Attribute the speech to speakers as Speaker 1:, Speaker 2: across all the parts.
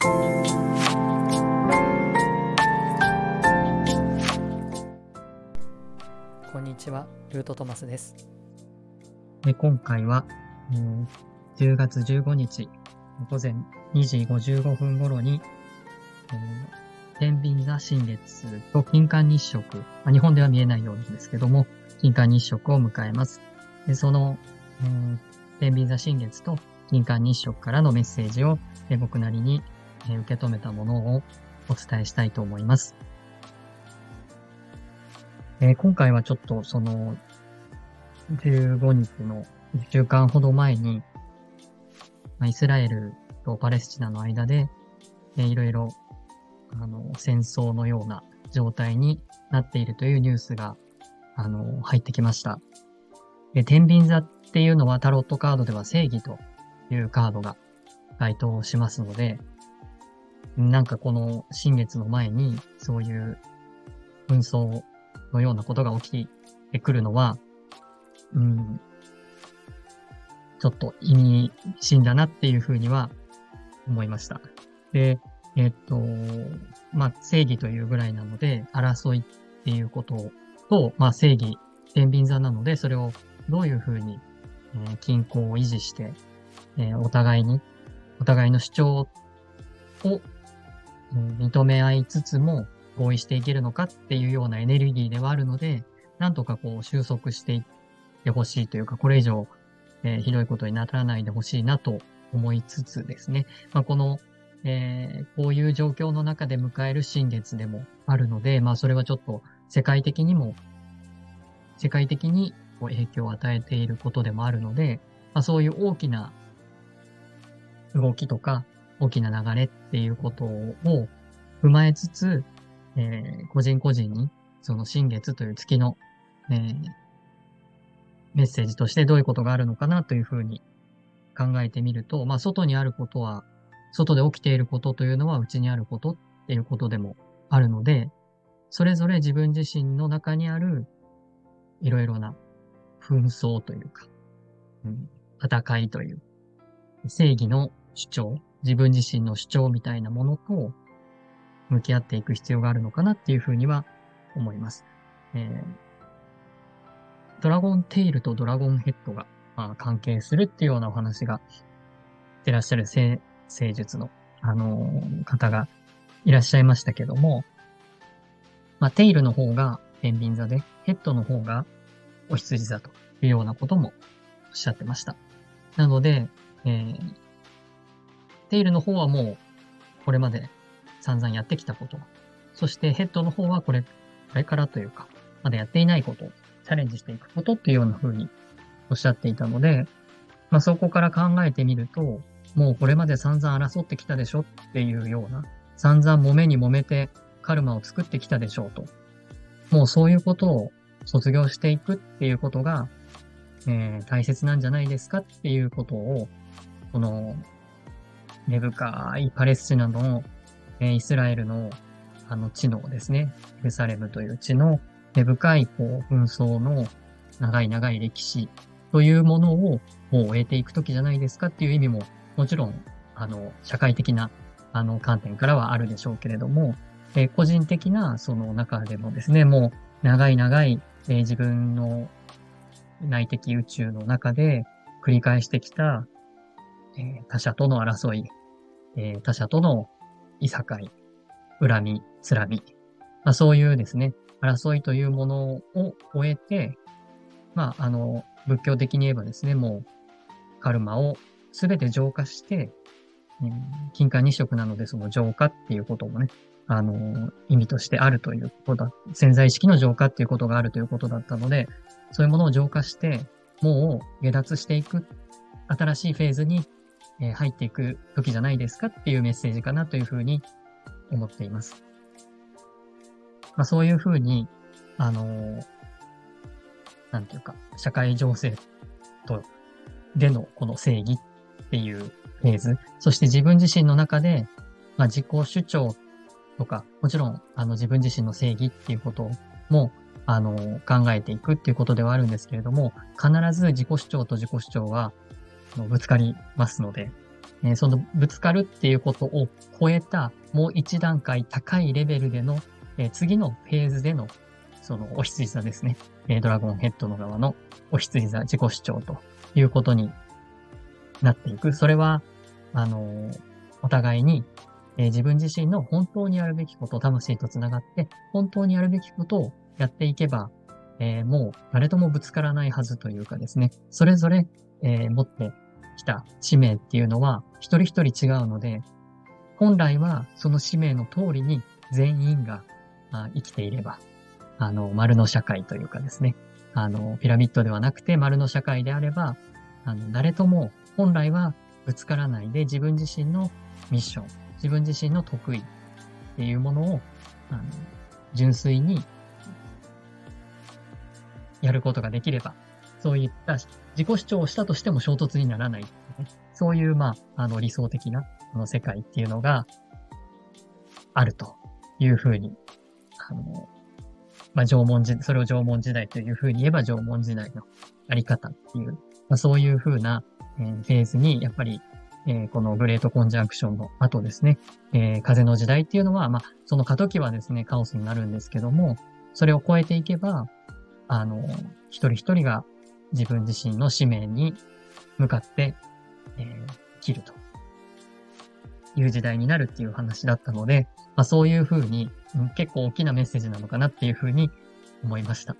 Speaker 1: こんにちは、ルートトマスです。
Speaker 2: 今回は、10月15日午前2時55分頃に、天秤座新月と金環日食、日本では見えないようなんですけども、金環日食を迎えます。でその、天秤座新月と金環日食からのメッセージを、僕なりに、受け止めたものをお伝えしたいと思います。今回はちょっとその15日の1週間ほど前に、イスラエルとパレスチナの間で、いろいろ戦争のような状態になっているというニュースが入ってきました。で、天秤座っていうのはタロットカードでは正義というカードが該当しますので、なんかこの新月の前にそういう紛争のようなことが起きてくるのは、ちょっと意味深だなっていうふうには思いました。で、正義というぐらいなので、争いっていうことと、正義、天秤座なので、それをどういうふうに、均衡を維持して、お互いの主張を、認め合いつつも合意していけるのかっていうようなエネルギーではあるので、なんとかこう収束していってほしいというか、これ以上、ひどいことにならないでほしいなと思いつつですね、この、こういう状況の中で迎える新月でもあるので、それはちょっと世界的にこう影響を与えていることでもあるので、そういう大きな動きとか大きな流れっていうことを踏まえつつ、個人個人にその新月という月の、メッセージとしてどういうことがあるのかなというふうに考えてみると、外にあることは、外で起きていることというのは内にあることっていうことでもあるので、それぞれ自分自身の中にあるいろいろな紛争というか、戦いという、正義の主張、自分自身の主張みたいなものと向き合っていく必要があるのかなっていうふうには思います。ドラゴンテイルとドラゴンヘッドが関係するっていうようなお話がしてらっしゃる聖術の、方がいらっしゃいましたけども、テイルの方が天秤座で、ヘッドの方がお羊座というようなこともおっしゃってました。なので、テイルの方はもうこれまで散々やってきたこと、そしてヘッドの方はこれからというか、まだやっていないことをチャレンジしていくことっていうような風におっしゃっていたので、そこから考えてみると、もうこれまで散々争ってきたでしょっていうような、散々揉めに揉めてカルマを作ってきたでしょうと。もうそういうことを卒業していくっていうことが、大切なんじゃないですかっていうことを、この根深いパレスチナの、イスラエルの地のですね、エルサレムという地の根深いこう紛争の長い長い歴史というものをもう終えていくときじゃないですかっていう意味ももちろん社会的な観点からはあるでしょうけれども、個人的なその中でもですね、もう長い長い、自分の内的宇宙の中で繰り返してきた、他者との争い、他者とのいさかい、恨み、つらみ、そういうですね、争いというものを終えて、仏教的に言えばですね、もうカルマをすべて浄化して、金環日食なのでその浄化っていうこともね、意味としてあるということだ、潜在意識の浄化っていうことがあるということだったので、そういうものを浄化して、もう下脱していく、新しいフェーズに入っていく時じゃないですかっていうメッセージかなというふうに思っています。そういうふうに、なんていうか、社会情勢でのこの正義っていうフェーズ、そして自分自身の中で、自己主張とか、もちろん、自分自身の正義っていうことも、考えていくっていうことではあるんですけれども、必ず自己主張と自己主張は、ぶつかりますので、 そのぶつかるっていうことを超えたもう一段階高いレベルでの、次のフェーズでのそのお羊座ですね。ドラゴンヘッドの側のお羊座自己主張ということになっていく。それは、お互いに、自分自身の本当にやるべきこと、魂とつながって、本当にやるべきことをやっていけば、もう誰ともぶつからないはずというかですね、それぞれ、持ってきた使命っていうのは一人一人違うので、本来はその使命の通りに全員が生きていれば、丸の社会というかですね、ピラミッドではなくて丸の社会であれば、誰とも本来はぶつからないで自分自身のミッション、自分自身の得意っていうものを、純粋にやることができれば、そういった自己主張をしたとしても衝突にならない、ね。そういう、理想的な世界っていうのがあるというふうに、縄文時、それを縄文時代というふうに言えば縄文時代のあり方っていう、そういうふうな、フェーズに、やっぱり、このグレートコンジャンクションの後ですね、風の時代っていうのは、その過渡期はですね、カオスになるんですけども、それを超えていけば、一人一人が自分自身の使命に向かって、生きるという時代になるっていう話だったので、そういうふうに、結構大きなメッセージなのかなっていうふうに思いました。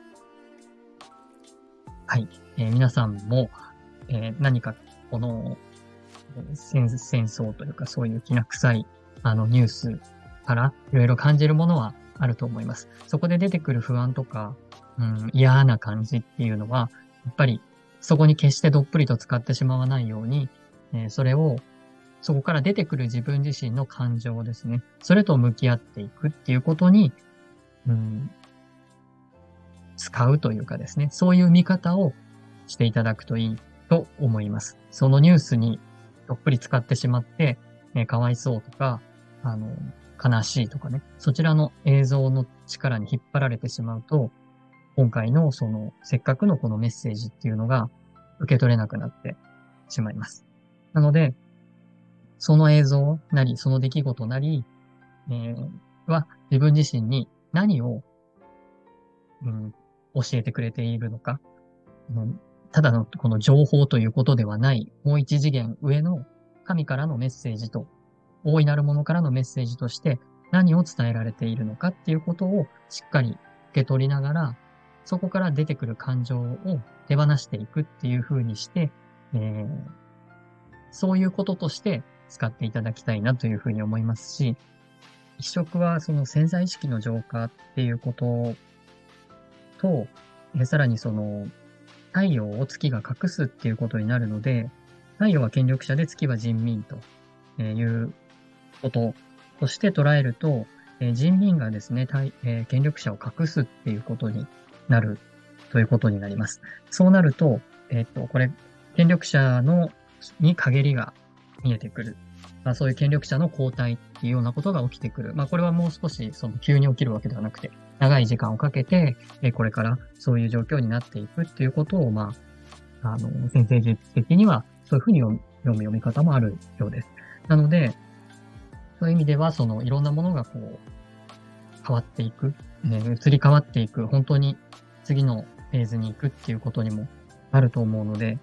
Speaker 2: はい。皆さんも、何かこの戦争というかそういうきな臭いニュースからいろいろ感じるものはあると思います。そこで出てくる不安とか、嫌な感じっていうのは、やっぱりそこに決してどっぷりと使ってしまわないように、そこから出てくる自分自身の感情ですね。それと向き合っていくっていうことに、使うというかですね、そういう見方をしていただくといいと思います。そのニュースにどっぷり使ってしまって、かわいそうとか、悲しいとかね、そちらの映像の力に引っ張られてしまうと、今回のせっかくのこのメッセージっていうのが受け取れなくなってしまいます。なので、その映像なり、その出来事なり、は自分自身に何を、教えてくれているのか、ただのこの情報ということではない、もう一次元上の神からのメッセージと、大いなるものからのメッセージとして何を伝えられているのかっていうことをしっかり受け取りながら、そこから出てくる感情を手放していくっていう風にして、そういうこととして使っていただきたいなというふうに思いますし、一色はその潜在意識の浄化っていうことと、さらに太陽を月が隠すっていうことになるので、太陽は権力者で月は人民ということとして捉えると、人民がですね、権力者を隠すっていうことになるということになります。そうなると、これ、権力者に陰りが見えてくる。そういう権力者の交代っていうようなことが起きてくる。これはもう少し急に起きるわけではなくて、長い時間をかけて、これからそういう状況になっていくっていうことを、先生術的にはそういうふうに読み方もあるようです。なので、そういう意味では、いろんなものが変わっていく、移り変わっていく、本当に次のフェーズに行くっていうことにもあると思うので、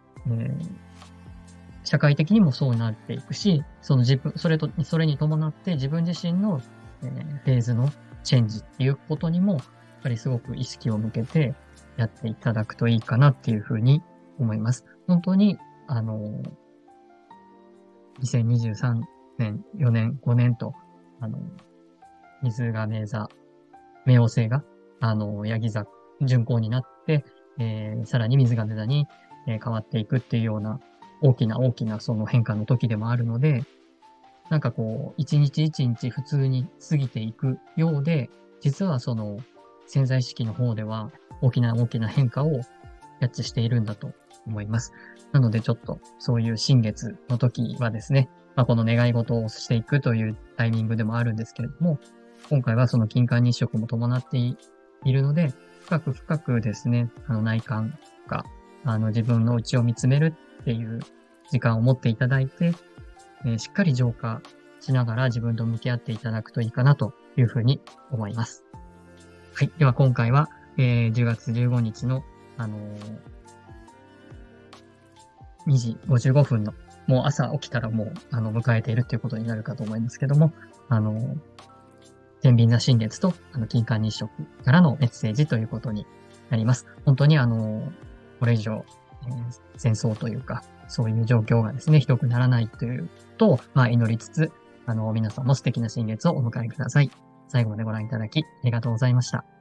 Speaker 2: 社会的にもそうなっていくし、それに伴って自分自身の、フェーズのチェンジっていうことにも、やっぱりすごく意識を向けてやっていただくといいかなっていうふうに思います。本当に、2023年、4年、5年と、水亀座、冥王星が、ヤギ座、巡行になって、さらに水亀座に、変わっていくっていうような大きなその変化の時でもあるので、なんか一日一日普通に過ぎていくようで、実は潜在意識の方では大きな変化をキャッチしているんだと思います。なのでちょっとそういう新月の時はですね、この願い事をしていくというタイミングでもあるんですけれども、今回はその金環日食も伴っているので、深くですね、内観とか、自分の内を見つめるっていう時間を持っていただいて、しっかり浄化しながら自分と向き合っていただくといいかなというふうに思います。はい。では今回は、10月15日の、2時55分の、もう朝起きたらもう、迎えているということになるかと思いますけども、天秤座新月と、金環日食からのメッセージということになります。本当にこれ以上、戦争というか、そういう状況がですね、ひどくならないというと、祈りつつ、皆さんも素敵な新月をお迎えください。最後までご覧いただき、ありがとうございました。